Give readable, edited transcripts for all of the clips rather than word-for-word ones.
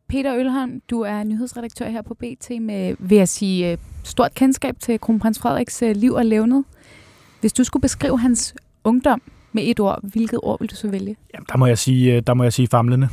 Peter Ølholm, du er nyhedsredaktør her på BT med, vil jeg sige, stort kendskab til kronprins Frederiks liv og levned. Hvis du skulle beskrive hans ungdom med et ord, hvilket ord vil du så vælge? Jamen, der må jeg sige famlende.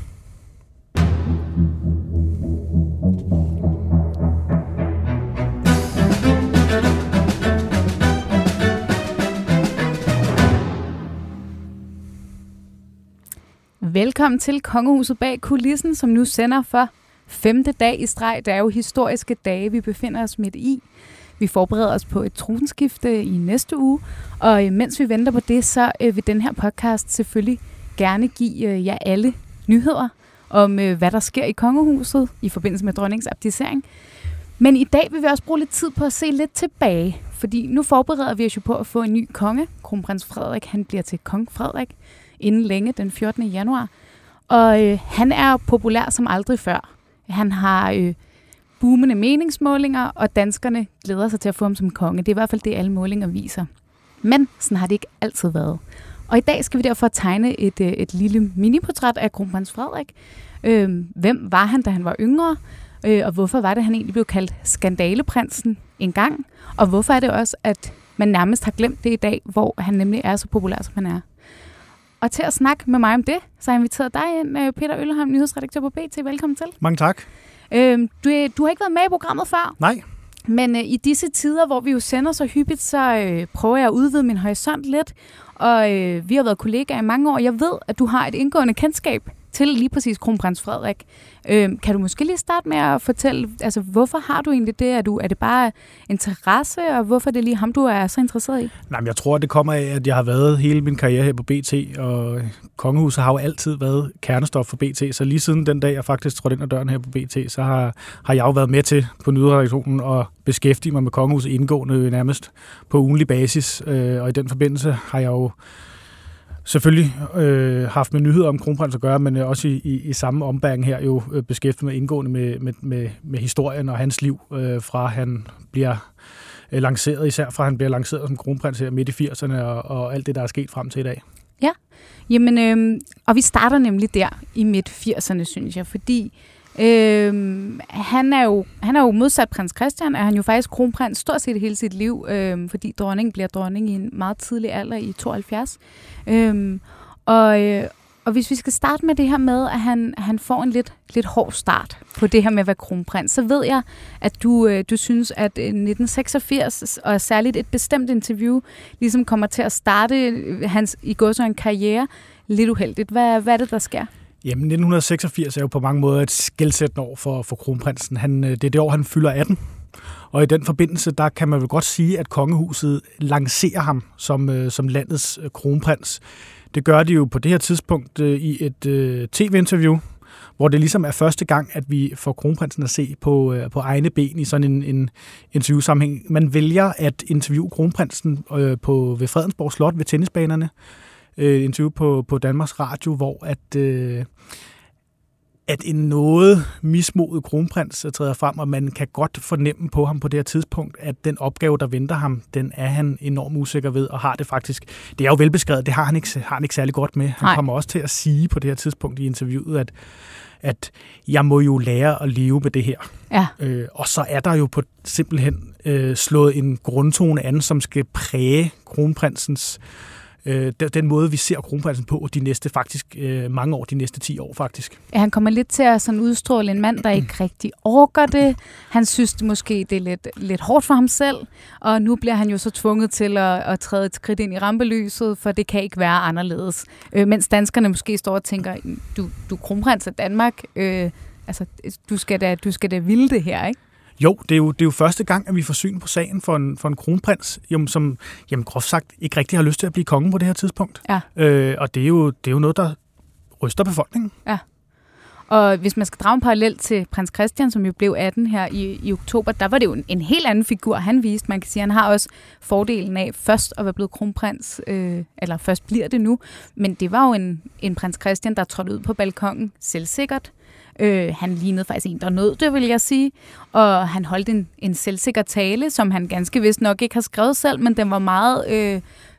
Velkommen til Kongehuset bag kulissen, som nu sender for 5. dag i streg. Det er jo historiske dage, vi befinder os midt i. Vi forbereder os på et tronskifte i næste uge, og mens vi venter på det, så vil den her podcast selvfølgelig gerne give jer alle nyheder om, hvad der sker i kongehuset i forbindelse med dronningens abdicering. Men i dag vil vi også bruge lidt tid på at se lidt tilbage, fordi nu forbereder vi os jo på at få en ny konge. Kronprins Frederik, han bliver til kong Frederik inden længe, den 14. januar. Og han er populær som aldrig før. Han har boomende meningsmålinger, og danskerne glæder sig til at få ham som konge. Det er i hvert fald det, alle målinger viser. Men sådan har det ikke altid været. Og i dag skal vi derfor tegne et lille miniportræt af kronprins Frederik. Hvem var han, da han var yngre? Og hvorfor var det, han egentlig blev kaldt Skandaleprinsen engang? Og hvorfor er det også, at man nærmest har glemt det i dag, hvor han nemlig er så populær, som han er? Og til at snakke med mig om det, så har jeg inviteret dig ind, Peter Ølholm, nyhedsredaktør på BT. Velkommen til. Mange tak. Du har ikke været med i programmet før. Nej. Men i disse tider, hvor vi jo sender så hyppigt, så prøver jeg at udvide min horisont lidt. Og vi har været kollegaer i mange år. Jeg ved, at du har et indgående kendskab til lige præcis kronprins Frederik. Kan du måske lige starte med at fortælle, altså hvorfor har du egentlig det? Er det bare interesse, og hvorfor er det lige ham, du er så interesseret i? Nej, men jeg tror, det kommer af, at jeg har været hele min karriere her på BT, og kongehuset har jo altid været kernestof for BT, så lige siden den dag, jeg faktisk trådte ind ad døren her på BT, så har jeg jo været med til på nyhedsredaktionen og beskæftige mig med kongehuset indgående nærmest på ugenlig basis, og i den forbindelse har jeg jo selvfølgelig haft med nyheder om kronprins at gøre, men også i samme ombæring her jo beskæftiget mig indgående med historien og hans liv, fra han bliver lanceret, især fra han bliver lanceret som kronprins her midt i 80'erne og alt det, der er sket frem til i dag. Ja, jamen, og vi starter nemlig der i midt 80'erne, synes jeg, fordi han er jo modsat prins Christian, er han jo faktisk kronprins stort set hele sit liv, fordi dronningen bliver dronning i en meget tidlig alder i 72. Og hvis vi skal starte med det her med, at han får en lidt hård start på det her med at være kronprins, så ved jeg, at du synes, at 1986, og særligt et bestemt interview, ligesom kommer til at starte hans i gåseøjne karriere lidt uheldigt. Hvad er det, der sker? Jamen, 1986 er jo på mange måder et skelsættende år for kronprinsen. Det er det år, han fylder 18. Og i den forbindelse, der kan man vel godt sige, at kongehuset lancerer ham som landets kronprins. Det gør de jo på det her tidspunkt i et tv-interview, hvor det ligesom er første gang, at vi får kronprinsen at se på egne ben i sådan en interviewsammenhæng. Man vælger at interviewe kronprinsen ved Fredensborg Slot ved tennisbanerne. Et interview på Danmarks Radio, hvor at en noget mismodet kronprins træder frem, og man kan godt fornemme på ham på det her tidspunkt, at den opgave, der venter ham, den er han enormt usikker ved, og har det faktisk. Det er jo velbeskrevet, det har han ikke særlig godt med. Han kommer også til at sige på det her tidspunkt i interviewet, at jeg må jo lære at leve med det her. Ja. Og så er der jo simpelthen slået en grundtone an, som skal præge kronprinsens den måde, vi ser kronprinsen på de næste mange år, de næste 10 år faktisk. Ja, han kommer lidt til at sådan udstråle en mand, der ikke rigtig orker det. Han synes måske, det er lidt hårdt for ham selv, og nu bliver han jo så tvunget til at træde et skridt ind i rampelyset, for det kan ikke være anderledes. Mens danskerne måske står og tænker, du er kronprins af Danmark, du skal da ville det her, ikke? Jo, det er jo første gang, at vi får syn på sagen for en kronprins, som groft sagt ikke rigtig har lyst til at blive konge på det her tidspunkt. Ja. Og det er jo noget, der ryster befolkningen. Ja. Og hvis man skal drage en parallel til prins Christian, som jo blev 18 her i oktober, der var det jo en helt anden figur, han viste. Man kan sige, han har også fordelen af først at være blevet kronprins, eller først bliver det nu. Men det var jo en prins Christian, der trådte ud på balkongen selvsikkert. Han lignede faktisk en, der nød det, vil jeg sige. Og han holdt en selvsikker tale, som han ganske vist nok ikke har skrevet selv, men den var meget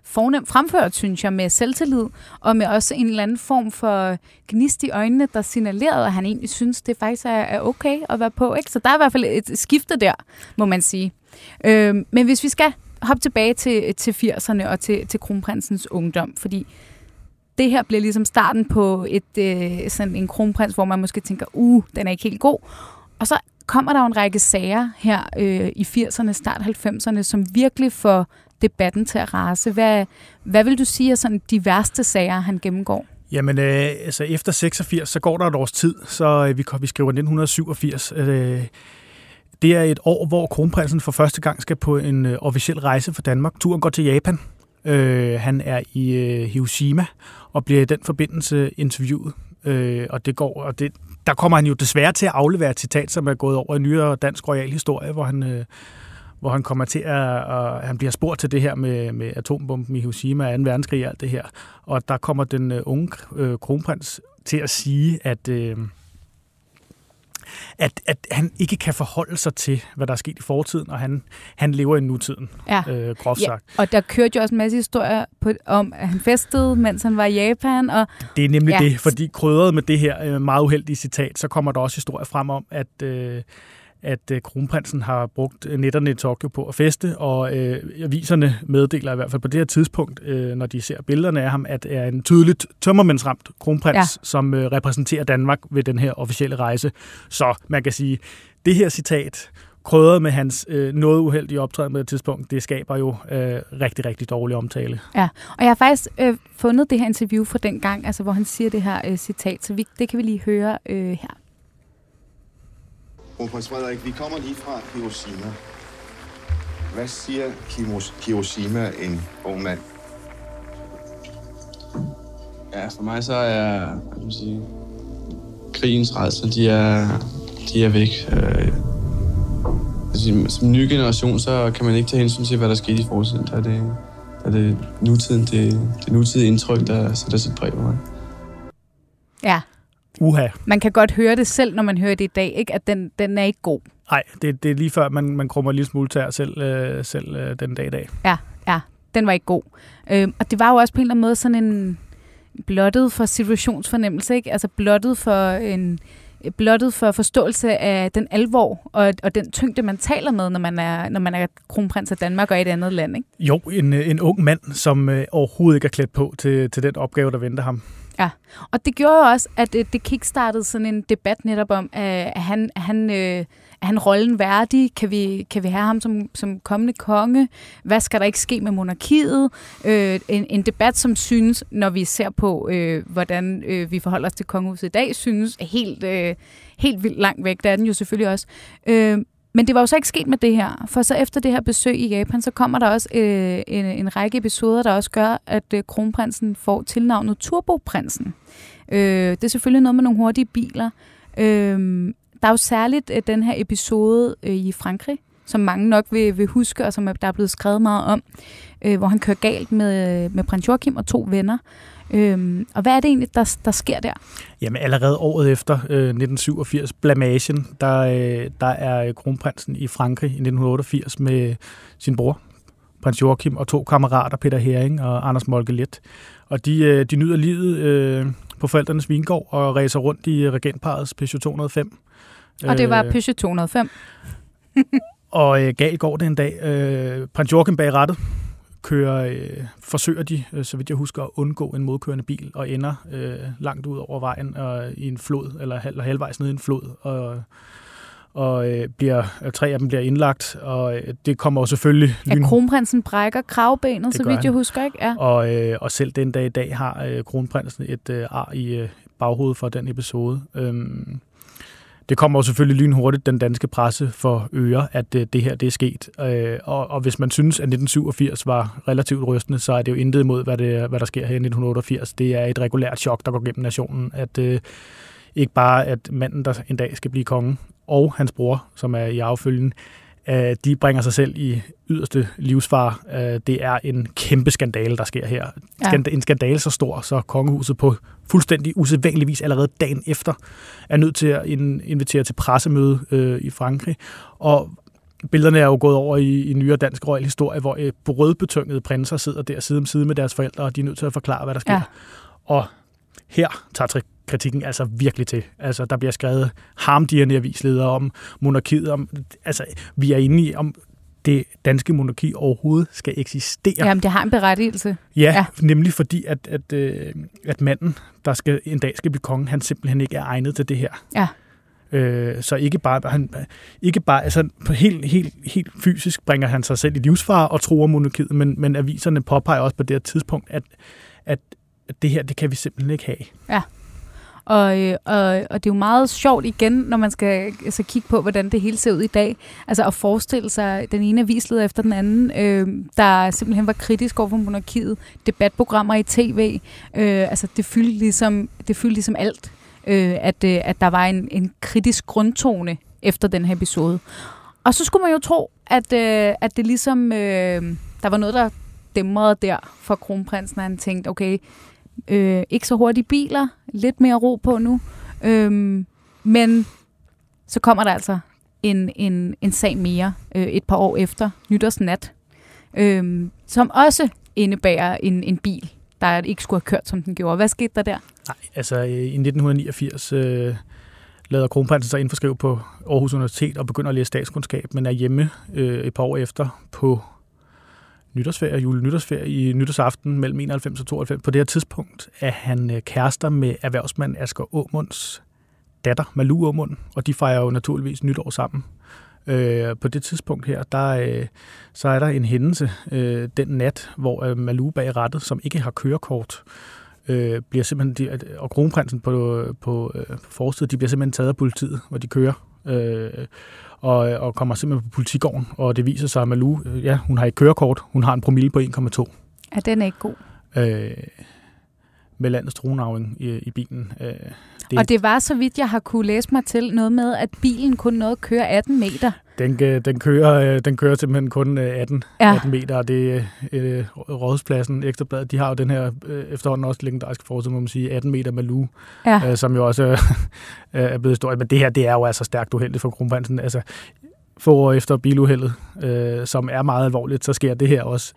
fornemt fremført, synes jeg, med selvtillid, og med også en eller anden form for gnist i øjnene, der signalerede, at han egentlig synes, det faktisk er okay at være på. Ikke? Så der er i hvert fald et skifte der, må man sige. Men hvis vi skal hoppe tilbage til 80'erne og til kronprinsens ungdom, fordi det her bliver ligesom starten på sådan en kronprins, hvor man måske tænker, den er ikke helt god. Og så kommer der jo en række sager her i 80'erne, start 90'erne, som virkelig får debatten til at rase. Hvad vil du sige er sådan de værste sager, han gennemgår? Jamen, altså efter 86, så går der et års tid, så vi skriver 1987. Det er et år, hvor kronprinsen for første gang skal på en officiel rejse for Danmark. Turen går til Japan. Han er i Hiroshima og bliver i den forbindelse interviewet. Der kommer han jo desværre til at aflevere et citat, som er gået over i nyere dansk royal historie, hvor han kommer til han bliver spurgt til det her med atombomben i Hiroshima og 2. verdenskrig og alt det her. Og der kommer den unge kronprins til at sige, at han ikke kan forholde sig til, hvad der er sket i fortiden, og han lever i nutiden, groft sagt. Og der kørte jo også en masse historier om, at han festede, mens han var i Japan. Og det er nemlig det, fordi krydret med det her meget uheldige citat, så kommer der også historier frem om, at kronprinsen har brugt nætterne i Tokyo på at feste, og aviserne meddeler i hvert fald på det her tidspunkt, når de ser billederne af ham, at det er en tydeligt tømmermændsramt kronprins, som repræsenterer Danmark ved den her officielle rejse. Så man kan sige, det her citat, krydret med hans noget uheldige optræden med et tidspunkt, det skaber jo rigtig, rigtig dårlig omtale. Ja, og jeg har faktisk fundet det her interview fra den gang, altså, hvor han siger det her citat, så det kan vi lige høre her. Kronprins Frederik, vi kommer lige fra Hiroshima. Hvad siger Hiroshima en ung mand? Ja, for mig så er krigens rædsler, de er væk. Som ny generation, så kan man ikke tage hensyn til, hvad der skete i fortiden. Der er det nutiden, det nutidige indtryk, der sætter sit præg på mig. Ja. Man kan godt høre det selv, når man hører det i dag, ikke? At den er ikke god. Nej, det er lige før, man krummer lige smule tær selv den dag i dag. Ja, den var ikke god. Og det var jo også på en eller anden måde sådan en blottet for situationsfornemmelse, ikke? Altså blottet for forståelse af den alvor og den tyngde, man taler med, når man er kronprins af Danmark og i et andet land, ikke? Jo, en ung mand, som overhovedet ikke er klædt på til den opgave, der venter ham. Ja, og det gjorde jo også, at det kickstartede sådan en debat netop om, at han rollen værdig? Kan vi have ham som kommende konge? Hvad skal der ikke ske med monarkiet? En debat, som synes, når vi ser på, hvordan vi forholder os til kongehuset i dag, synes helt vildt langt væk. Der er den jo selvfølgelig også. Men det var jo så ikke sket med det her, for så efter det her besøg i Japan, så kommer der også en række episoder, der også gør, at kronprinsen får tilnavnet Turboprinsen. Det er selvfølgelig noget med nogle hurtige biler. Der er jo særligt den her episode i Frankrig, som mange nok vil huske, og som der er blevet skrevet meget om, hvor han kører galt med prins Joachim og 2 venner. Og hvad er det egentlig, der sker der? Jamen allerede året efter 1987, blamagen, der er kronprinsen i Frankrig i 1988 med sin bror, prins Joachim, og 2 kammerater, Peter Hering og Anders Moltke-Leth. Og de nyder livet på forældrenes vingård og racer rundt i regentparrets Peugeot 205. Og det var Peugeot 205. Og galt går det en dag. Prins Joachim bag rattet. Forsøger de, så vidt jeg husker, at undgå en modkørende bil, og ender langt ud over vejen i en flod, eller halvvejs ned i en flod, og 3 af dem bliver indlagt, og det kommer jo selvfølgelig... kronprinsen brækker kravbenet, så vidt jeg husker, ikke? Ja. Og selv den dag i dag har kronprinsen et ar i baghovedet for den episode. Det kommer jo selvfølgelig lynhurtigt den danske presse for øre, at det her det er sket. Og hvis man synes, at 1987 var relativt rystende, så er det jo intet imod, hvad der sker her i 1988. Det er et regulært chok, der går gennem nationen. At ikke bare, at manden, der en dag skal blive konge, og hans bror, som er i arvefølgen, de bringer sig selv i yderste livsfare. Det er en kæmpe skandale, der sker her. Ja. En skandale så stor, så kongehuset på fuldstændig usædvanlig vis allerede dagen efter, er nødt til at invitere til pressemøde i Frankrig. Og billederne er jo gået over i nyere dansk royal historie, hvor brødbetyngede prinser sidder der side om side med deres forældre, og de er nødt til at forklare, hvad der sker. Ja. Og her tager kritikken altså virkelig til. Altså, der bliver skrevet harmdirrende avisledere om monarkiet. Vi er inde i, om det danske monarki overhovedet skal eksistere. Jamen, det har en berettigelse. Ja, nemlig fordi, at manden, der en dag skal blive konge, han simpelthen ikke er egnet til det her. Ja. Så ikke bare altså helt fysisk bringer han sig selv i livsfare og truer monarkiet, men aviserne påpeger også på det her tidspunkt, at det her, det kan vi simpelthen ikke have. Ja. Og det er jo meget sjovt igen, når man skal altså, kigge på, hvordan det hele ser ud i dag. Altså at forestille sig den ene avisleder efter den anden, der simpelthen var kritisk over for monarkiet. Debatprogrammer i tv. Altså det fyldte ligesom alt. At der var en kritisk grundtone efter den her episode. Og så skulle man jo tro, at det ligesom... der var noget, der dæmrede der for kronprinsen, og han tænkte, okay... ikke så hurtige biler, lidt mere ro på nu. Men så kommer der altså en sag mere et par år efter, nytårsnat, som også indebærer en bil, der ikke skulle have kørt, som den gjorde. Hvad skete der der? Nej, altså i 1989 lader kronprinsen sig indforskrive på Aarhus Universitet og begynder at læse statskundskab, men er hjemme et par år efter på julenytårsferie i nytårsaften mellem 91 og 92. På det her tidspunkt er han kærester med erhvervsmand Asger Aamunds datter, Malou Aamund, og de fejrer jo naturligvis nytår sammen. På det tidspunkt her, så er der en hændelse den nat, hvor Malou bag rattet, som ikke har kørekort, bliver simpelthen, og kronprinsen på forsiden, de bliver simpelthen taget af politiet, hvor de kører. Og kommer simpelthen på politigården, og det viser sig, at Malou, hun har ikke kørekort, hun har en promille på 1,2. Ja, den er ikke god. Med landets tronarving i bilen. Og det var, så vidt jeg har kunne læse mig til, noget med, at bilen kun nåede at køre 18 meter. Den kører simpelthen kun 18 meter, og det er Rådhuspladsen, Ekstrabladet, de har jo den her efterhånden også legendariske forside, må man sige, 18 meter Malou, som jo også er blevet stort. Men det her, det er jo altså stærkt uheldigt for kronprinsen. Altså, få år efter biluheldet, som er meget alvorligt, så sker det her også.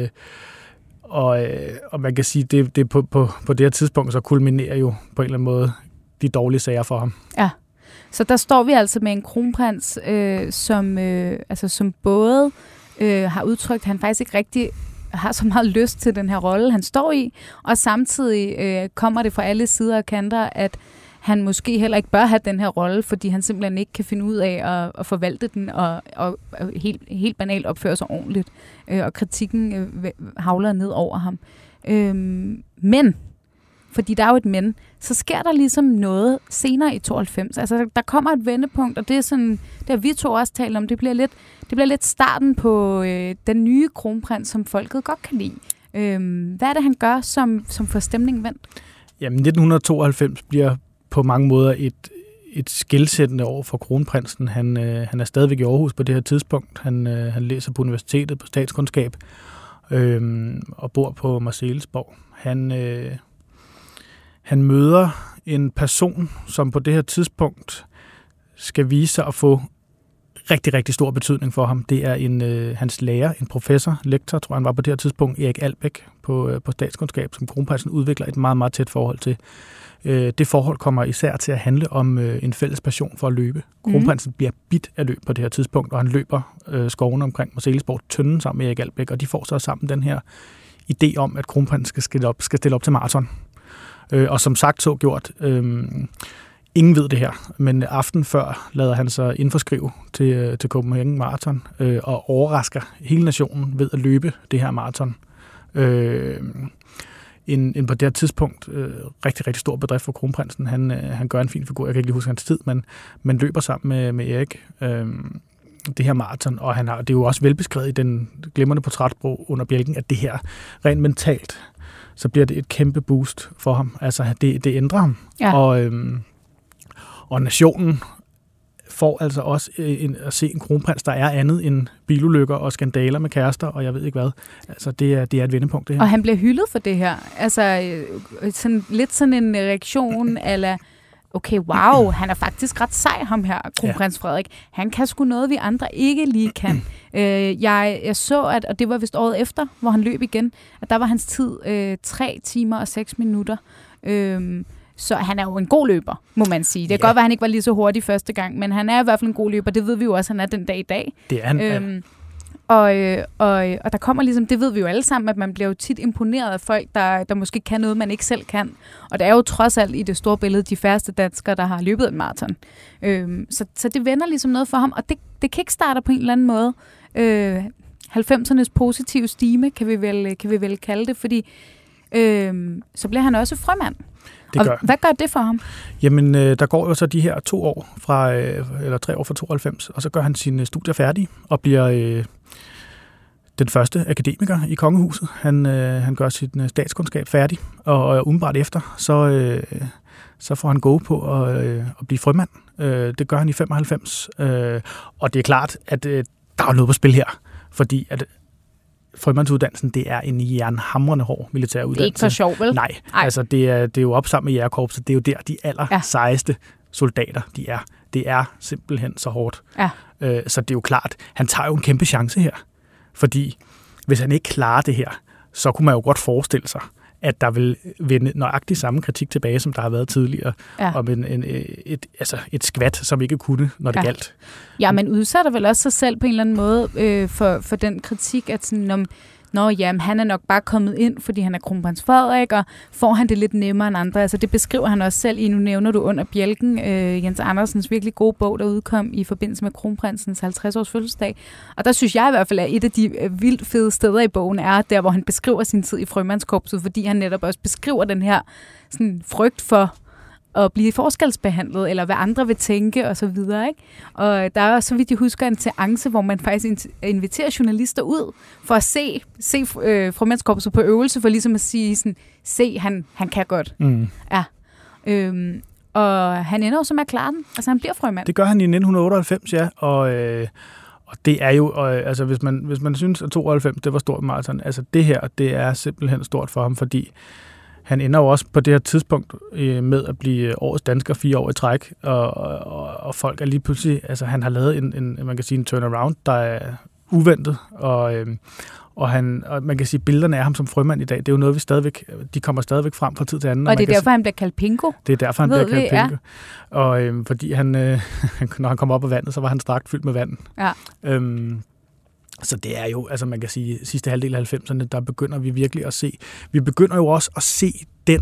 Og man kan sige, det på det her tidspunkt, så kulminerer jo på en eller anden måde de dårlige sager for ham. Ja. Så der står vi altså med en kronprins, som både har udtrykt, at han faktisk ikke rigtig har så meget lyst til den her rolle, han står i, og samtidig kommer det fra alle sider og kanter, at han måske heller ikke bør have den her rolle, fordi han simpelthen ikke kan finde ud af at forvalte den og helt banalt opføre sig ordentligt. Og kritikken havler ned over ham. Men, fordi der er jo et men, så sker der ligesom noget senere i 92. Altså, der kommer et vendepunkt, og det er sådan, det har vi to også talt om, det bliver lidt starten på den nye kronprins, som folket godt kan lide. Hvad er det, han gør, som får stemningen vendt? Jamen, 1992 bliver på mange måder et skelsættende år for kronprinsen. Han er stadigvæk i Aarhus på det her tidspunkt. Han læser på universitetet på statskundskab og bor på Marselisborg. Han møder en person, som på det her tidspunkt skal vise sig at få rigtig, rigtig stor betydning for ham. Det er hans lærer, en professor, lektor, tror jeg han var på det her tidspunkt, Erik Albæk på statskundskab, som kronprinsen udvikler et meget, meget tæt forhold til. Det forhold kommer især til at handle om en fælles passion for at løbe. Kronprinsen bliver bidt af løb på det her tidspunkt, og han løber skovene omkring Marselisborg Tønden sammen med Erik Albæk, og de får så sammen den her idé om, at kronprinsen skal stille op til maraton. Og som sagt så gjort, ingen ved det her, men aften før lader han sig indforskrive til Copenhagen Marathon og overrasker hele nationen ved at løbe det her maraton. En på det her tidspunkt rigtig, rigtig stor bedrift for kronprinsen. Han gør en fin figur, jeg kan ikke lige huske hans tid, men løber sammen med Erik det her maraton, og det er jo også velbeskrevet i den glimrende portrætbog under bjælken, at det her rent mentalt, så bliver det et kæmpe boost for ham. Altså, det ændrer ham. Ja. Og nationen får altså også at se en kronprins, der er andet end bilulykker og skandaler med kærester, og jeg ved ikke hvad. Altså, det er et vendepunkt, det her. Og han bliver hyldet for det her. Altså, lidt sådan en reaktion, eller okay, wow, han er faktisk ret sej, ham her, kronprins Frederik. Han kan sgu noget, vi andre ikke lige kan. Jeg så, at, og det var vist året efter, hvor han løb igen, at der var hans tid 3 timer og 6 minutter. Så han er jo en god løber, må man sige. Det kan godt være, at han ikke var lige så hurtig første gang, men han er i hvert fald en god løber. Det ved vi jo også, han er den dag i dag. Det er han. Og der kommer ligesom, det ved vi jo alle sammen, at man bliver jo tit imponeret af folk, der måske kan noget, man ikke selv kan. Og det er jo trods alt i det store billede de færreste danskere, der har løbet en maraton. Så det vender ligesom noget for ham, og det kickstarter på en eller anden måde 90'ernes positive stime, kan vi vel kalde det, fordi så bliver han også frømand. Hvad gør det for ham? Jamen, der går jo så de her 2 år eller 3 år fra 92, og så gør han sine studier færdige og bliver den første akademiker i kongehuset. Han gør sit statskundskab færdig, og umiddelbart efter, så får han gå på at blive frømand. Det gør han i 95, og det er klart, at der er noget på spil her, fordi at frømandsuddannelsen, det er en jernhamrende hård militæruddannelse. Det er ikke for sjov, vel? Nej, altså det er jo op sammen med jægerkorpset. Det er jo der, de sejeste soldater, de er. Det er simpelthen så hårdt. Ja. Så det er jo klart, han tager jo en kæmpe chance her. Fordi hvis han ikke klarer det her, så kunne man jo godt forestille sig, at der vil vende nøjagtigt samme kritik tilbage, som der har været tidligere, om et skvat, som ikke kunne, når det galt. Ja, men udsætter vel også sig selv på en eller anden måde for den kritik, at sådan, han er nok bare kommet ind, fordi han er kronprins Frederik, og får han det lidt nemmere end andre. Altså det beskriver han også selv i, nu nævner du Under bjælken, Jens Andersens virkelig gode bog, der udkom i forbindelse med kronprinsens 50-års fødselsdag. Og der synes jeg i hvert fald, at et af de vildt fede steder i bogen er der, hvor han beskriver sin tid i frømandskorpset, fordi han netop også beskriver den her sådan, frygt for at blive forskelsbehandlet, eller hvad andre vil tænke, og så videre, ikke? Og der er også, så vidt jeg husker, en seance, hvor man faktisk inviterer journalister ud, for at se frømandskorpset på øvelse, for ligesom at sige sådan, se, han kan godt. Mm. Ja. Og han ender jo så med at klare den. Altså, han bliver frømand. Det gør han i 1998, ja, og det er jo, altså hvis man synes, at 92, det var stort maraton, altså det her, det er simpelthen stort for ham, fordi han ender jo også på det her tidspunkt med at blive årets dansker 4 år i træk, og folk er lige pludselig, altså han har lavet man kan sige en turnaround, der er uventet, og man kan sige, billederne af ham som frømand i dag, det er jo noget, de kommer stadigvæk frem fra tid til anden. Og det er derfor, han bliver kaldt Pingo? Det er derfor, han bliver kaldt Pingo. Ja. Og fordi han, når han kommer op af vandet, så var han strakt fyldt med vand. Ja. Så det er jo, altså man kan sige, sidste halvdel af 90'erne, der begynder vi virkelig at se. Vi begynder jo også at se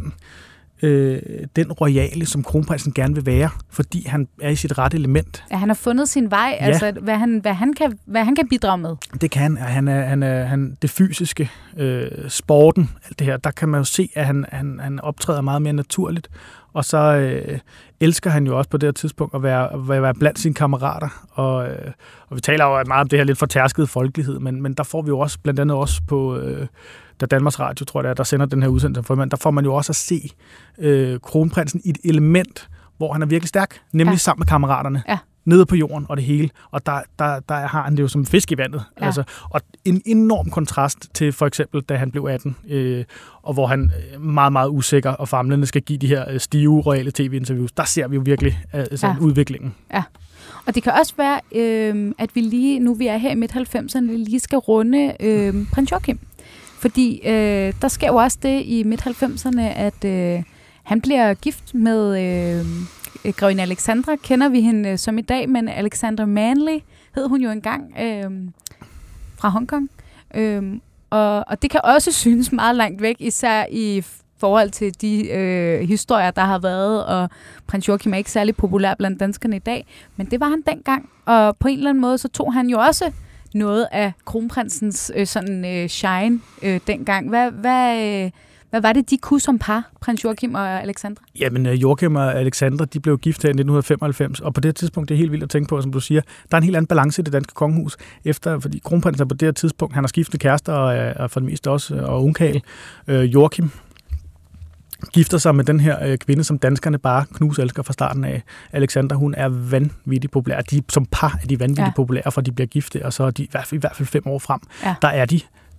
den royale, som kronprinsen gerne vil være, fordi han er i sit rette element. Ja, han har fundet sin vej, ja. Altså hvad han kan bidrage med. Det kan han. Det fysiske, sporten, alt det her, der kan man jo se, at han optræder meget mere naturligt. Og så elsker han jo også på det her tidspunkt at være blandt sine kammerater. Og vi taler jo meget om det her lidt fortærskede folkelighed, men der får vi jo også, blandt andet også på, da Danmarks Radio, tror jeg, der sender den her udsendelse for der får man jo også at se kronprinsen i et element, hvor han er virkelig stærk, nemlig sammen med kammeraterne. Ja. Nede på jorden og det hele, og der har han det jo som fisk i vandet. Ja. Altså, og en enorm kontrast til for eksempel, da han blev 18, og hvor han meget, meget usikker og famlende skal give de her stive, royale tv-interviews. Der ser vi jo virkelig udviklingen. Ja. Og det kan også være, at vi lige, nu vi er her i midt-90'erne, lige skal runde prins Joachim. Fordi der sker jo også det i midt-90'erne, at han bliver gift med grevinde Alexandra. Kender vi hende som i dag, men Alexandra Manley hed hun jo engang fra Hongkong. Og det kan også synes meget langt væk, især i forhold til de historier, der har været, og prins Joachim er ikke særlig populær blandt danskerne i dag, men det var han dengang, og på en eller anden måde, så tog han jo også noget af kronprinsens shine dengang. Hvad var det, de kunne som par, prins Joachim og Alexandra? Jamen, Joachim og Alexandra, de blev gift her i 1995, og på det tidspunkt, det er helt vildt at tænke på, som du siger, der er en helt anden balance i det danske kongehus, fordi kronprinsen på det her tidspunkt, han har skiftet kærester, og for det meste også, og ungkarl. Joachim gifter sig med den her kvinde, som danskerne bare knuselsker fra starten af. Alexandra, hun er vanvittigt populær. De som par er de vanvittigt populære, for de bliver gifte, og så er de i hvert fald 5 år frem. Ja. Der er de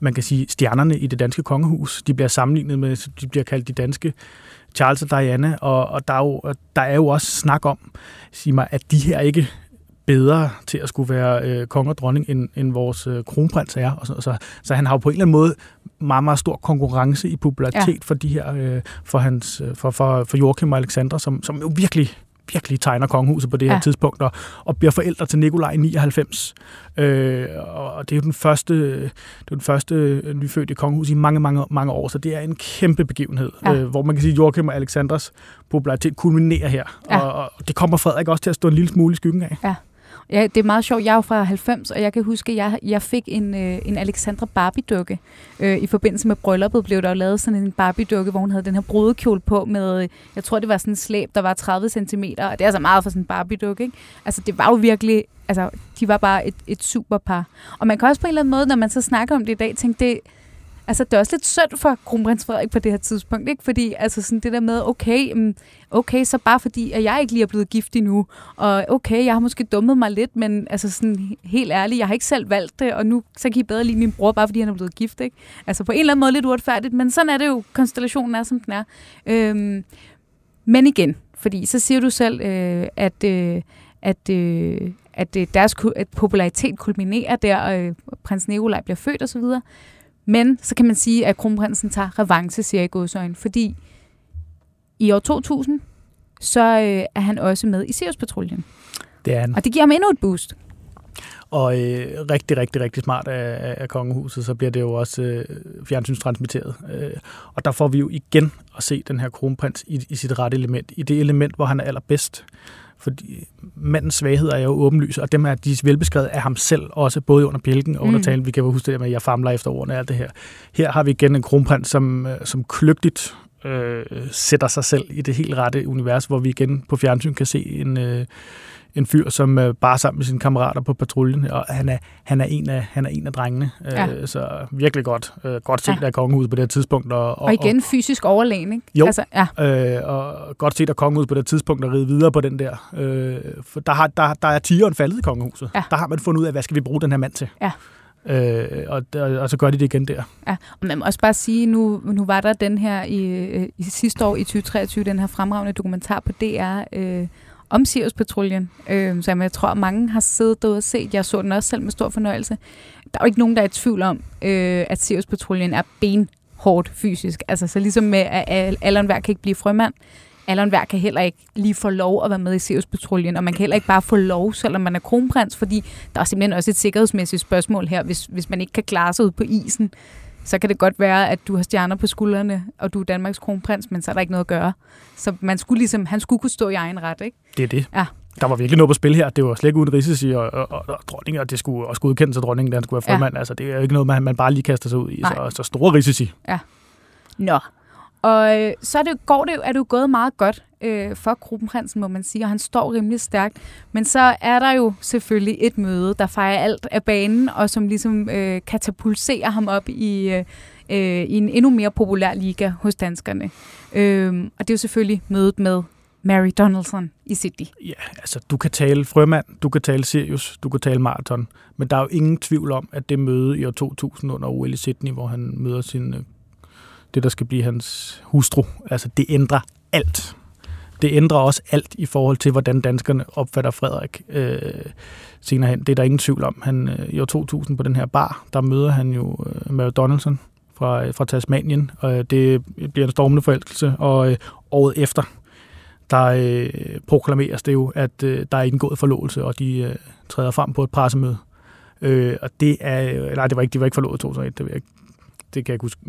man kan sige, stjernerne i det danske kongehus. De bliver sammenlignet med, de bliver kaldt de danske Charles og Diana, og der er jo også snak om, sig mig, at de her ikke bedre til at skulle være konge og dronning, end vores kronprins er. Og så han har jo på en eller anden måde meget, meget stor konkurrence i popularitet for de her, for Joachim og Alexandra, som jo virkelig tegner kongehuset på det her tidspunkt, og bliver forældre til Nikolaj i 99. Og det er jo den første nyfødte kongehus i mange, mange, mange år, så det er en kæmpe begivenhed, hvor man kan sige, at Joachim og Alexandras popularitet kulminerer her. Og det kommer Frederik også til at stå en lille smule i skyggen af. Ja. Ja, det er meget sjovt. Jeg er jo fra 90, og jeg kan huske, at jeg fik en Alexandra Barbie-dukke. I forbindelse med brylluppet blev der jo lavet sådan en Barbie-dukke, hvor hun havde den her brudekjole på med, jeg tror, det var sådan en slæb, der var 30 cm, og det er altså meget for sådan en Barbie-dukke, ikke? Altså, det var jo virkelig, altså, de var bare et superpar. Og man kan også på en eller anden måde, når man så snakker om det i dag, tænke, det er også lidt synd for kronprins Frederik på det her tidspunkt, ikke? Fordi altså sådan det der med, okay, så bare fordi, at jeg ikke lige er blevet gift endnu, og okay, jeg har måske dummet mig lidt, men altså sådan helt ærligt, jeg har ikke selv valgt det, og nu så kan I bedre lide min bror, bare fordi han er blevet gift, ikke? Altså på en eller anden måde lidt uretfærdigt, men sådan er det jo, konstellationen er, som den er. Men igen, fordi så siger du selv, at deres popularitet kulminerer der, og prins Nikolaj bliver født osv., men så kan man sige, at kronprinsen tager revanche, siger jeg i godsøjne, fordi i år 2000, så er han også med i Sirius-patruljen. Det er han. Og det giver ham endnu et boost. Og rigtig, rigtig, rigtig smart af kongehuset, så bliver det jo også fjernsynstransmitteret. Og der får vi jo igen at se den her kronprins i sit rette element. I det element, hvor han er allerbedst. Fordi mandens svagheder er jo åbenlyse, og dem er de velbeskrevet af ham selv, også både under bjælken og under talen. Vi kan jo huske det med, at jeg famler efter ordene af alt det her. Her har vi igen en kronprins, som kløgtigt sætter sig selv i det helt rette univers, hvor vi igen på fjernsyn kan se en fyr, som bare sammen med sine kammerater på patruljen, og han er en af drengene. Så virkelig godt set af kongehuset på det her tidspunkt. Og igen fysisk overlegen, ikke? Jo, altså, og godt set af kongehuset på det her tidspunkt at ride videre på den der. For der er tigeren faldet i kongehuset. Ja. Der har man fundet ud af, hvad skal vi bruge den her mand til. Ja. Og så gør de det igen der. Ja, og man må også bare sige, nu var der den her i sidste år i 2023, den her fremragende dokumentar på DR, om Sirius-patruljen, som jeg tror, mange har siddet derude og set. Jeg så den også selv med stor fornøjelse. Der er jo ikke nogen, der er i tvivl om, at Sirius-patruljen er benhårdt fysisk. Altså, så ligesom med, at Allan Vær kan ikke blive frømand, Allan Vær kan heller ikke lige få lov at være med i Sirius-patruljen, og man kan heller ikke bare få lov, selvom man er kronprins, fordi der er simpelthen også et sikkerhedsmæssigt spørgsmål her. Hvis man ikke kan klare sig ud på isen, så kan det godt være, at du har stjerner på skuldrene, og du er Danmarks kronprins, men så er der ikke noget at gøre. Så han skulle kunne stå i egen ret, ikke? Det er det. Ja. Der var virkelig noget på spil her. Det var slet ikke uden risici og dronning, og det skulle også udkendes af dronningen, da han skulle være frømand. Ja. Altså, det er jo ikke noget, man bare lige kaster sig ud i. Så store risici. Ja. Nå. Og så er det jo gået meget godt for kronprinsen, må man sige, og han står rimelig stærkt. Men så er der jo selvfølgelig et møde, der fejrer alt af banen, og som ligesom katapulserer ham op i en endnu mere populær liga hos danskerne. Og det er jo selvfølgelig mødet med Mary Donaldson i Sydney. Ja, altså du kan tale frømand, du kan tale Sirius, du kan tale maraton, men der er jo ingen tvivl om, at det møde i år 2000 under OL i Sydney, hvor han møder det, der skal blive hans hustru, altså det ændrer alt. Det ændrer også alt i forhold til, hvordan danskerne opfatter Frederik senere hen. Det er der ingen tvivl om. Han i år 2000 på den her bar, der møder han jo Mary Donaldson fra Tasmanien, og det bliver en stormende forelskelse, og året efter, der proklameres det jo, at der er indgået forlovelse, og de træder frem på et pressemøde. Og det er... Nej, de var ikke forlovet 2001, det kan jeg ikke huske.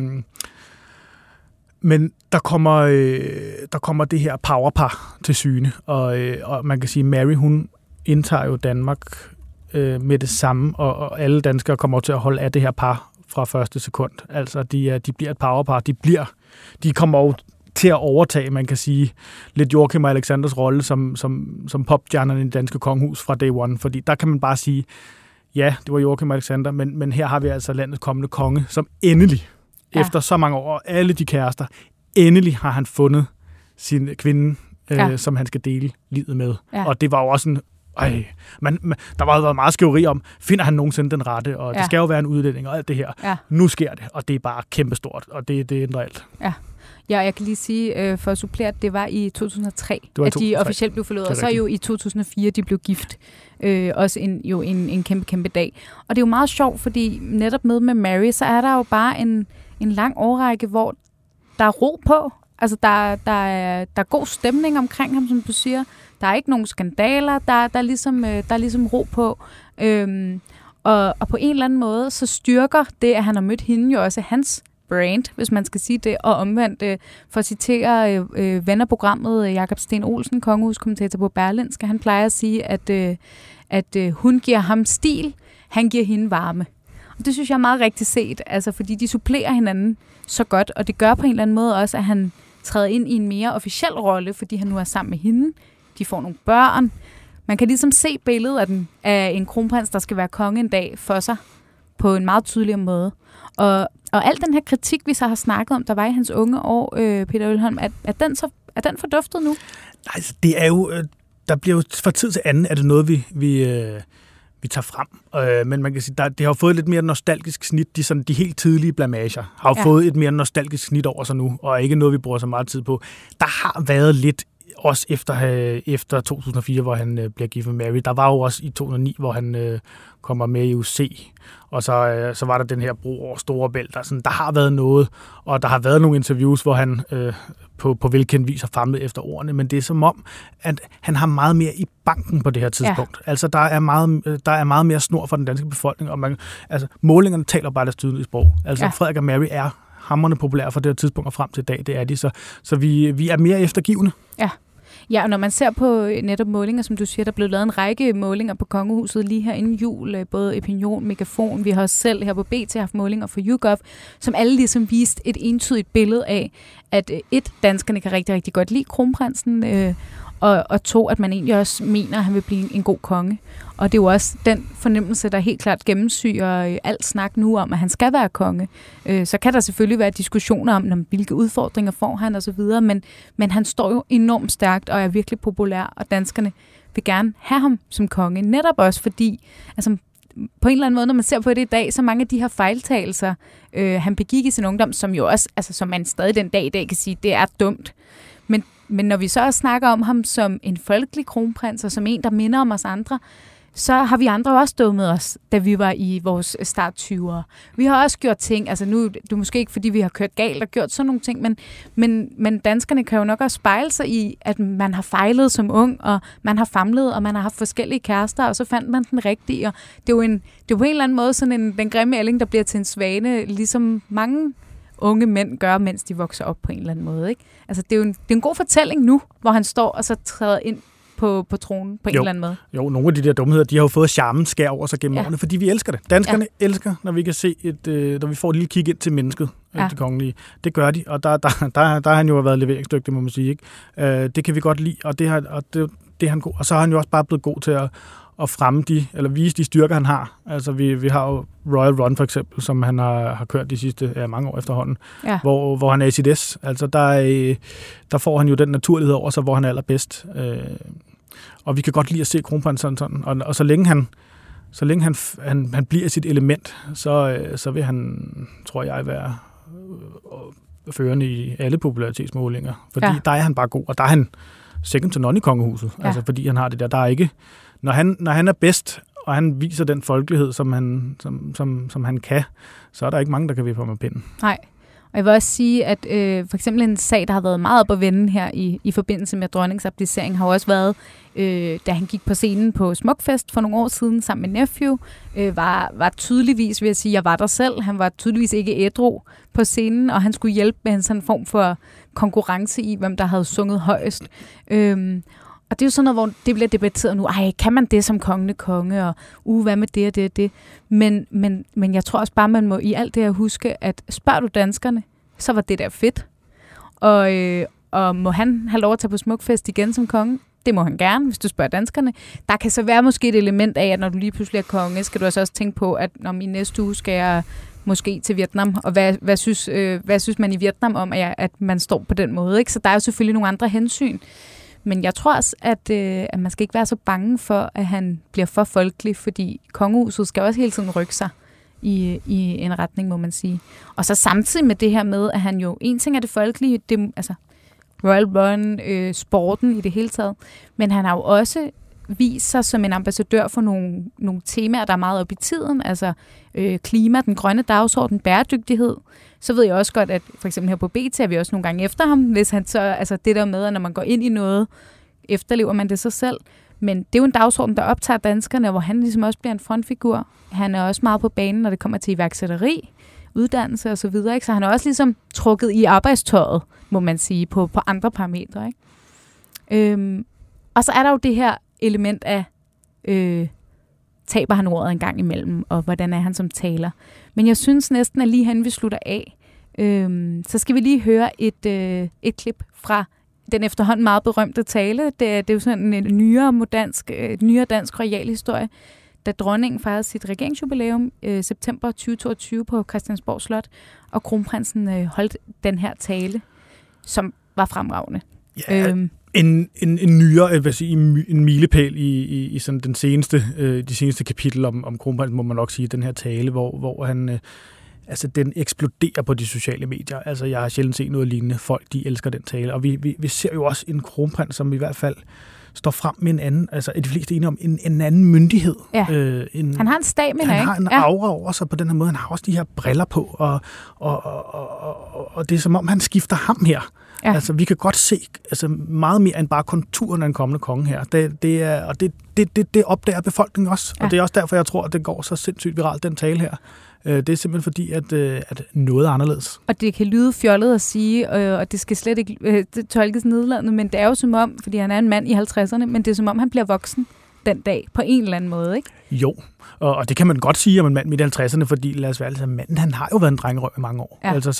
Men der kommer det her powerpar til syne, og man kan sige, at Mary, hun indtager jo Danmark med det samme, og alle danskere kommer til at holde af det her par fra første sekund. Altså, de bliver et powerpar. De kommer jo til at overtage, man kan sige, lidt Joachim og Alexanders rolle som popstjernerne i det danske kongehus fra day one, fordi der kan man bare sige, ja, det var Joachim og Alexander, men her har vi altså landets kommende konge, som endelig, efter så mange år, alle de kærester, endelig har han fundet sin kvinde, som han skal dele livet med. Ja. Og det var jo også der var været meget skæveri om, finder han nogensinde den rette, og det skal jo være en udlænding og alt det her. Ja. Nu sker det, og det er bare kæmpestort, og det ændrer alt. Ja. Ja, jeg kan lige sige, for at supplere, det var i 2003, at de officielt blev forlovet, og så jo i 2004, de blev gift. Også en kæmpe, kæmpe dag. Og det er jo meget sjovt, fordi netop med Mary, så er der jo bare en lang årrække, hvor der er ro på. Altså, der er god stemning omkring ham, som du siger. Der er ikke nogen skandaler, der er ligesom ro på. Og på en eller anden måde, så styrker det, at han har mødt hende, jo også hans brand, hvis man skal sige det, og omvendt, for at citere ven af programmet, Jakob Sten Olsen, kongehuskommentator på Berlingske, han plejer at sige, at hun giver ham stil, han giver hende varme. Og det synes jeg er meget rigtigt set, altså fordi de supplerer hinanden så godt, og det gør på en eller anden måde også, at han træder ind i en mere officiel rolle, fordi han nu er sammen med hende, de får nogle børn. Man kan ligesom se billedet af en kronprins, der skal være konge en dag for sig, på en meget tydeligere måde. Og al den her kritik, vi så har snakket om, der var i hans unge år, Peter Ølholm, er den forduftet nu? Nej, altså, det er jo, der bliver jo fra tid til anden, er det noget, vi tager frem. Men man kan sige, det har jo fået lidt mere nostalgisk snit. De helt tidlige blamager har jo fået et mere nostalgisk snit over sig nu, og ikke noget, vi bruger så meget tid på. Der har været lidt, også efter 2004, hvor han bliver gift med Mary. Der var jo også i 2009, hvor han kommer med i UC, og så var der den her bro over Storebælt. Der har været noget, og der har været nogle interviews, hvor han på hvilken vis har famlet efter ordene, men det er som om, at han har meget mere i banken på det her tidspunkt. Ja. Altså, der er meget mere snor for den danske befolkning, og målingerne taler bare deres tydelige sprog. Altså, Frederik og Mary er hamrende populære fra det her tidspunkt og frem til i dag, det er de, så vi er mere eftergivende. Ja, og når man ser på netop målinger, som du siger, der er blevet lavet en række målinger på kongehuset lige her inden jul, både Opinion, Megafon, vi har også selv her på BT haft målinger for YouGov, som alle ligesom vist et entydigt billede af, at danskerne kan rigtig, rigtig godt lide kronprinsen, og 2, at man egentlig også mener, at han vil blive en god konge. Og det er jo også den fornemmelse, der helt klart gennemsyrer alt snak nu om, at han skal være konge. Så kan der selvfølgelig være diskussioner om, hvilke udfordringer får han og så videre, men han står jo enormt stærkt og er virkelig populær, og danskerne vil gerne have ham som konge. Netop også fordi, altså på en eller anden måde, når man ser på det i dag, så mange af de her fejltagelser, han begik i sin ungdom, som jo også, altså som man stadig den dag i dag kan sige, det er dumt. Men når vi så også snakker om ham som en folkelig kronprins, og som en, der minder om os andre, så har vi andre også stået med os, da vi var i vores start 20'ere. Vi har også gjort ting, altså nu, det er måske ikke, fordi vi har kørt galt og gjort sådan nogle ting, men danskerne kan jo nok også spejle sig i, at man har fejlet som ung, og man har famlet, og man har haft forskellige kærester, og så fandt man den rigtige. Og det er jo på en eller anden måde sådan den grimme ælling, der bliver til en svane, ligesom mange unge mænd gør, mens de vokser op på en eller anden måde. Ikke? Altså, det er en god fortælling nu, hvor han står og så træder ind på tronen på en eller anden måde. Jo, nogle af de der dumheder, de har jo fået charmen skær over sig gennem årene, fordi vi elsker det. Danskerne elsker, når vi kan se når vi får et lille kig ind til mennesket, det kongelige. Det gør de, og der har han jo været leveringsdygtig, må man sige. Ikke? Det kan vi godt lide, og det er han god. Og så har han jo også bare blevet god til at fremme eller vise de styrker, han har. Altså, vi har jo Royal Run, for eksempel, som han har kørt de sidste mange år efterhånden, hvor han er i sit S. Altså, der får han jo den naturlighed over sig, hvor han er allerbedst. Og vi kan godt lide at se kronprinsen sådan. Og så længe han bliver sit element, så vil han, tror jeg, være førende i alle popularitetsmålinger. Fordi der er han bare god, og der er han second to none i kongehuset. Altså, fordi han har det der. Der er ikke... Når han er bedst, og han viser den folkelighed, som han kan, så er der ikke mange, der kan vippe ham af pinden. Nej. Og jeg vil også sige, at for eksempel en sag, der har været meget op at vende her i forbindelse med dronningens abdicering, har også været, da han gik på scenen på Smukfest for nogle år siden sammen med Nephew, var tydeligvis, vil jeg sige, jeg var der selv, han var tydeligvis ikke ædru på scenen, og han skulle hjælpe med en sådan form for konkurrence i, hvem der havde sunget højest. Og det er jo sådan noget, hvor det bliver debatteret nu. Kan man det som konge? Og hvad med det og det og det? Men jeg tror også bare, man må i alt det her huske, at spørger du danskerne, så var det der fedt. Og må han have lov at tage på Smukfest igen som konge? Det må han gerne, hvis du spørger danskerne. Der kan så være måske et element af, at når du lige pludselig er konge, skal du også tænke på, at når i næste uge skal jeg måske til Vietnam, og hvad synes man i Vietnam om, at man står på den måde? Ikke? Så der er jo selvfølgelig nogle andre hensyn. Men jeg tror også, at man skal ikke være så bange for, at han bliver for folkelig, fordi kongehuset skal også hele tiden rykke sig i en retning, må man sige. Og så samtidig med det her med, at han jo, en ting er det folkelige, det, altså Royal Run, sporten i det hele taget, men han har jo også vist sig som en ambassadør for nogle temaer, der er meget op i tiden, altså klima, den grønne dagsorden, bæredygtighed. Så ved jeg også godt, at for eksempel her på BT er vi også nogle gange efter ham, hvis han så, altså det der med, at når man går ind i noget, efterlever man det sig selv. Men det er jo en dagsorden, der optager danskerne, hvor han ligesom også bliver en frontfigur. Han er også meget på banen, når det kommer til iværksætteri, uddannelse og så videre, ikke? Så han er også ligesom trukket i arbejdstøjet, må man sige, på andre parametre, ikke? Og så er der jo det her element af, taber han ordet en gang imellem, og hvordan er han som taler. Men jeg synes næsten, at lige hen vi slutter af, så skal vi lige høre et klip fra den efterhånden meget berømte tale. Det er jo sådan en nyere dansk royal historie, da dronningen fejrede sit regeringsjubilæum september 2022 på Christiansborg Slot, og kronprinsen holdt den her tale, som var fremragende. Ja, en nyere, jeg vil sige, en milepæl i sådan de seneste kapitel om kronprinsen, må man nok sige, den her tale, hvor han... Altså, den eksploderer på de sociale medier. Altså, jeg har sjældent set noget lignende. Folk, de elsker den tale. Og vi ser jo også en kronprins, som i hvert fald står frem med en anden, altså de fleste enige om, en anden myndighed. Ja. Han har en stamina, ikke? Han har en aura over sig på den her måde. Han har også de her briller på, og det er som om, han skifter ham her. Ja. Altså, vi kan godt se meget mere end bare konturen af en kommende konge her. Det opdager befolkningen også. Ja. Og det er også derfor, jeg tror, at det går så sindssygt viralt, den tale her. Det er simpelthen fordi, at noget er anderledes. Og det kan lyde fjollet at sige, og det skal slet ikke tolkes nedladende, men det er jo som om, fordi han er en mand i 50'erne, men det er som om, han bliver voksen den dag, på en eller anden måde, ikke? Jo, og det kan man godt sige om en mand midt i 50'erne, fordi lad os være altså, manden, han har jo været en drengerøv i mange år. Ja. Altså,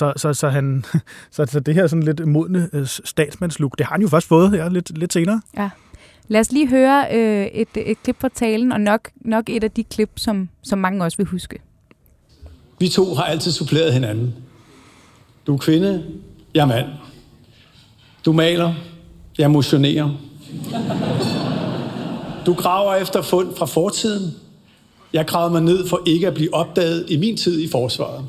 så det her sådan lidt modne statsmandslook, det har han jo først fået her lidt senere. Ja. Lad os lige høre et klip fra talen, og nok et af de klip, som mange også vil huske. Vi to har altid suppleret hinanden. Du er kvinde, jeg er mand. Du maler, jeg motionerer. Du graver efter fund fra fortiden. Jeg gravede mig ned for ikke at blive opdaget i min tid i forsvaret.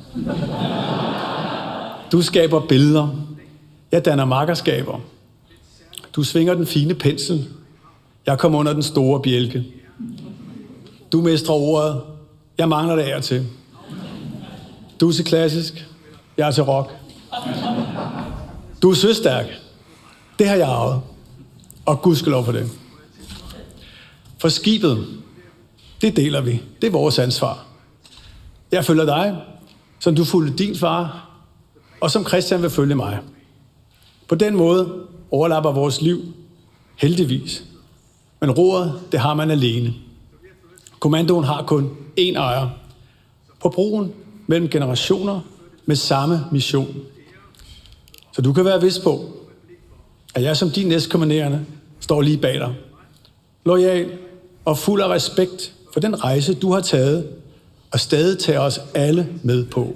Du skaber billeder. Jeg danner makkerskaber. Du svinger den fine pensel. Jeg kommer under den store bjælke. Du mestrer ordet. Jeg mangler det af til. Du er til klassisk. Jeg er til rock. Du er søstærk. Det har jeg arvet. Og gudskelov for det. For skibet, det deler vi. Det er vores ansvar. Jeg følger dig, som du fulgte din far, og som Christian vil følge mig. På den måde overlapper vores liv, heldigvis. Men roret, det har man alene. Kommandoen har kun én ejer. På broen mellem generationer med samme mission. Så du kan være vidst på, at jeg som din næstkommanderende står lige bag dig. Loyal og fuld af respekt for den rejse, du har taget, og stadig tager os alle med på.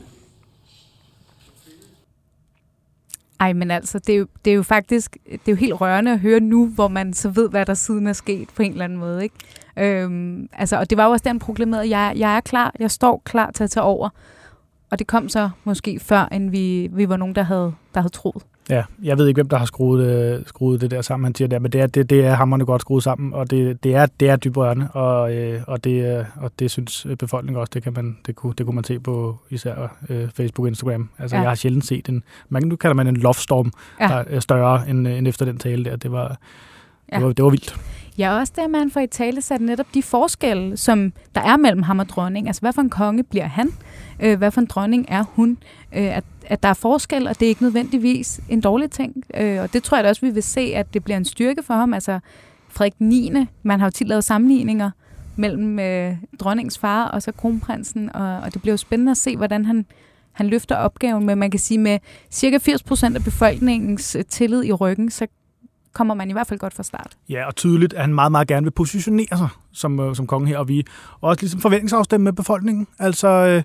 Ej, men altså, det er jo faktisk helt rørende at høre nu, hvor man så ved, hvad der siden er sket på en eller anden måde, ikke? Og det var jo også den proklamerede, jeg er klar, jeg står klar til at tage over. Og det kom så måske før, end vi var nogen, der havde troet. Ja, jeg ved ikke, hvem der har skruet det der sammen, han siger der, men det er hamrende godt skruet sammen, og det er dybt rørende, og det synes befolkningen også, det kunne man se på især Facebook og Instagram. Altså, Jeg har sjældent set nu kalder man en love storm, der er større end efter den tale der. Det var vildt. Ja, også det, at man får i tale sat netop de forskelle, som der er mellem ham og dronning. Altså, hvad for en konge bliver han? Hvad for en dronning er hun? At der er forskel, og det er ikke nødvendigvis en dårlig ting. Og det tror jeg da også, vi vil se, at det bliver en styrke for ham. Altså, Frederik 9. Man har jo tit lavet sammenligninger mellem dronningens far og så kronprinsen, og det bliver jo spændende at se, hvordan han løfter opgaven. Men man kan sige, med cirka 80% af befolkningens tillid i ryggen, så kommer man i hvert fald godt fra start. Ja, og tydeligt, at han meget, meget gerne vil positionere sig som konge her, og vi også ligesom forventningsafstemme med befolkningen. Altså,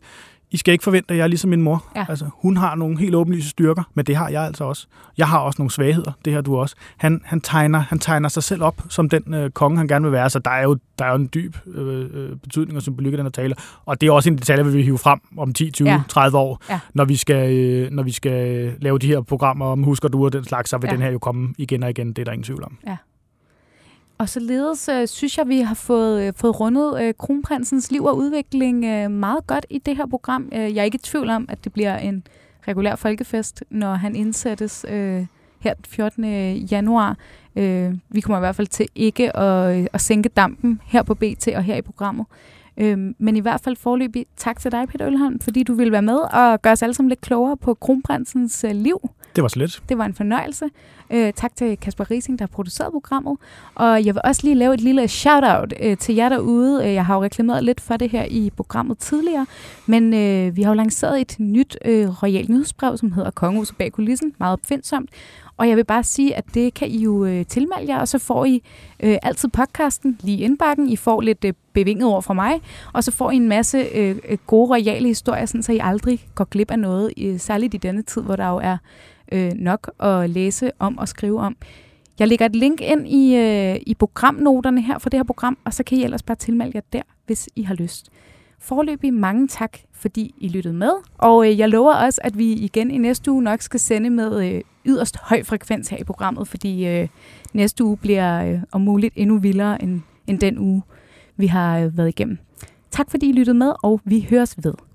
I skal ikke forvente, at jeg er ligesom min mor. Ja. Altså, hun har nogle helt åbenlyse styrker, men det har jeg altså også. Jeg har også nogle svagheder, det har du også. Han tegner sig selv op som den konge, han gerne vil være. Så der er jo en dyb betydning og symbolik i den her tale. Og det er også en detalje, vi vil hive frem om 10, 20, 30 år, når vi skal lave de her programmer om Husker du og den slags, så vil den her jo komme igen og igen. Det er der ingen tvivl om. Ja. Og således synes jeg, vi har fået rundet kronprinsens liv og udvikling meget godt i det her program. Jeg er ikke i tvivl om, at det bliver en regulær folkefest, når han indsættes her den 14. januar. Vi kommer i hvert fald til ikke at sænke dampen her på BT og her i programmet. Men i hvert fald foreløbig tak til dig, Peter Ølholm, fordi du ville være med og gøre os alle sammen lidt klogere på kronprinsens liv. Det var så lidt. Det var en fornøjelse. Tak til Kasper Rising, der har produceret programmet. Og jeg vil også lige lave et lille shout-out til jer derude. Jeg har jo reklameret lidt for det her i programmet tidligere, men vi har jo lanceret et nyt royalt nyhedsbrev, som hedder Kongehuset bag kulissen. Meget opfindsomt. Og jeg vil bare sige, at det kan I jo tilmelde jer, og så får I altid podcasten lige i indbakken. I får lidt bevinget ord fra mig, og så får I en masse gode royale historier, sådan, så I aldrig går glip af noget, særligt i denne tid, hvor der jo er nok at læse om og skrive om. Jeg lægger et link ind i programnoterne her for det her program, og så kan I ellers bare tilmelde jer der, hvis I har lyst. Foreløbig mange tak, fordi I lyttede med, og jeg lover også, at vi igen i næste uge nok skal sende med yderst høj frekvens her i programmet, fordi næste uge bliver om muligt endnu vildere end den uge, vi har været igennem. Tak fordi I lyttede med, og vi høres ved.